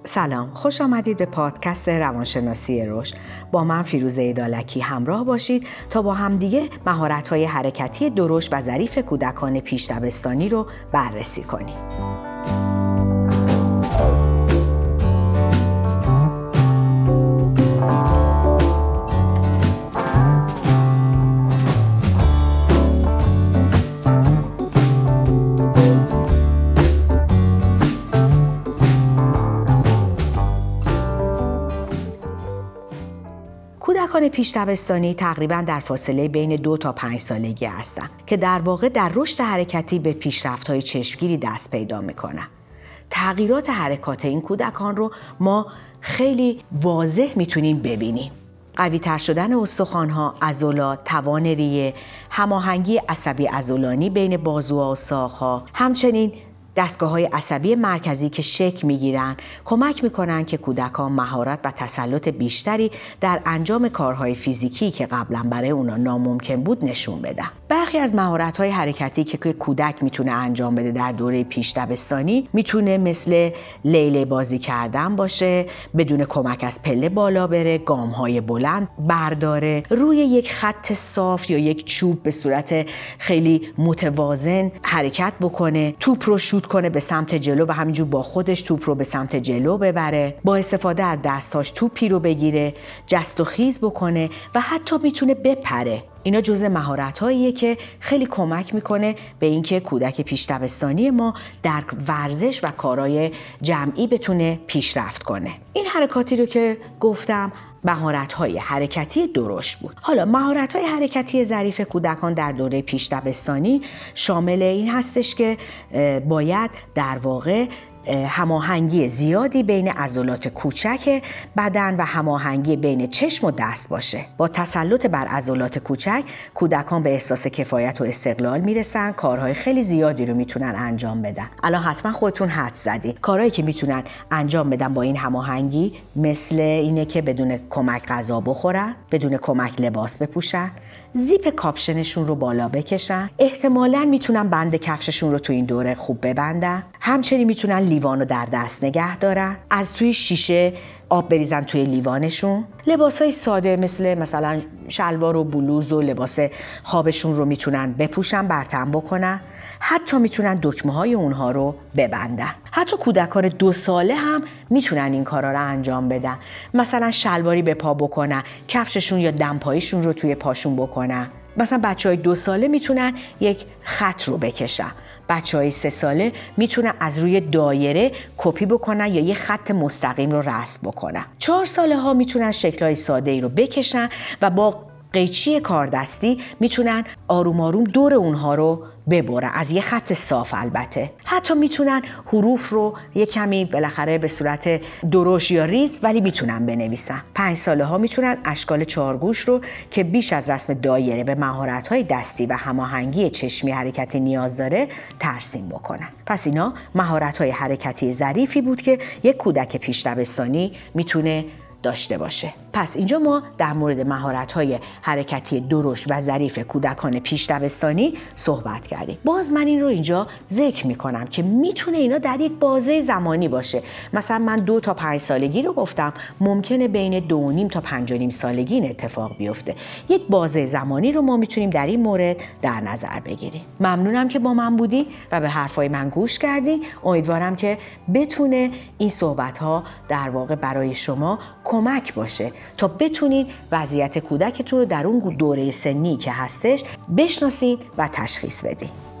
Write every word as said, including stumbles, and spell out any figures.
سلام، خوش آمدید به پادکست روانشناسی رشد. با من فیروزه ایدالکی همراه باشید تا با همدیگه مهارت‌های حرکتی درشت و ظریف کودکان پیش دبستانی رو بررسی کنیم. کودکان پیش دبستانی تقریباً در فاصله بین دو تا پنج سالگی هستند که در واقع در رشد حرکتی به پیشرفت‌های چشمگیری دست پیدا می‌کنند. تغییرات حرکات این کودکان رو ما خیلی واضح میتونیم ببینیم. قوی‌تر شدن استخوان‌ها، عضلات، توان ریه، هماهنگی عصبی عضلانی بین بازوها و ساق‌ها، همچنین دستگاه‌های عصبی مرکزی که شکل می‌گیرن کمک می‌کنن که کودکان مهارت و تسلط بیشتری در انجام کارهای فیزیکی که قبلا برای اونا ناممکن بود نشون بدن. برخی از مهارت‌های حرکتی که کودک میتونه انجام بده در دوره پیش دبستانی میتونه مثل لیله بازی کردن باشه، بدون کمک از پله بالا بره، گام‌های بلند برداره، روی یک خط صاف یا یک چوب به صورت خیلی متوازن حرکت بکنه، توپ رو شوت کنه به سمت جلو و همینجور با خودش توپ رو به سمت جلو ببره، با استفاده از دستاش توپی رو بگیره، جست و خیز بکنه و حتی میتونه بپره. اینا جزء مهارت‌هاییه که خیلی کمک میکنه به اینکه کودک پیش دبستانی ما در ورزش و کارهای جمعی بتونه پیشرفت کنه. این حرکاتی رو که گفتم مهارت‌های حرکتی درشت بود. حالا مهارت‌های حرکتی ظریف کودکان در دوره پیش دبستانی شامل این هستش که باید در واقع هماهنگی زیادی بین عضلات کوچک بدن و هماهنگی بین چشم و دست باشه. با تسلط بر عضلات کوچک کودکان به احساس کفایت و استقلال میرسن، کارهای خیلی زیادی رو میتونن انجام بدن. الان حتما خودتون حدس زدین کارهایی که میتونن انجام بدن با این هماهنگی مثل اینه که بدون کمک غذا بخورن، بدون کمک لباس بپوشن، زیپ کاپشنشون رو بالا بکشن، احتمالاً میتونن بند کفششون رو تو این دوره خوب ببندن، همچنین میتونن لیوان رو در دست نگه دارن، از توی شیشه آب بریزن توی لیوانشون، لباسای ساده مثل مثلا شلوار و بلوز و لباس خوابشون رو میتونن بپوشن، برتن بکنن، حتی میتونن دکمه های اونها رو ببندن. حتی کودکان دو ساله هم میتونن این کارا رو انجام بدن، مثلا شلواری به پا بکنن، کفششون یا دمپاییشون رو توی پاشون بکنن. مثلا بچهای دو ساله میتونن یک خط رو بکشن، بچهای سه ساله میتونن از روی دایره کپی بکنن یا یه خط مستقیم رو رسم بکنن. چهار ساله ها میتونن شکل‌های ساده ای رو بکشن و با قیچی کاردستی میتونن آروم آروم دور اونها رو ببرن، از یه خط صاف البته. حتی میتونن حروف رو یه کمی بالاخره به صورت درشت یا ریز ولی میتونن بنویسن. پنج ساله ها میتونن اشکال چارگوش رو که بیش از رسم دایره به مهارت‌های دستی و هماهنگی چشمی حرکتی نیاز داره ترسیم بکنن. پس اینا مهارت‌های حرکتی ظریفی بود که یک کودک پیش دبستانی میتونه داشته باشه. پس اینجا ما در مورد مهارت‌های حرکتی درشت و ظریف کودکان پیش دبستانی صحبت کردیم. باز من این رو اینجا ذکر می‌کنم که میتونه اینا در یک بازه زمانی باشه. مثلا من دو تا پنج سالگی رو گفتم، ممکنه بین دو و نیم تا پنج و نیم سالگی این اتفاق بیفته. یک بازه زمانی رو ما میتونیم در این مورد در نظر بگیریم. ممنونم که با من بودی و به حرفای من گوش کردی. امیدوارم که بتونه این صحبت‌ها در واقع برای شما کمک باشه تا بتونین وضعیت کودکتون رو در اون دوره سنی که هستش بشناسین و تشخیص بدین.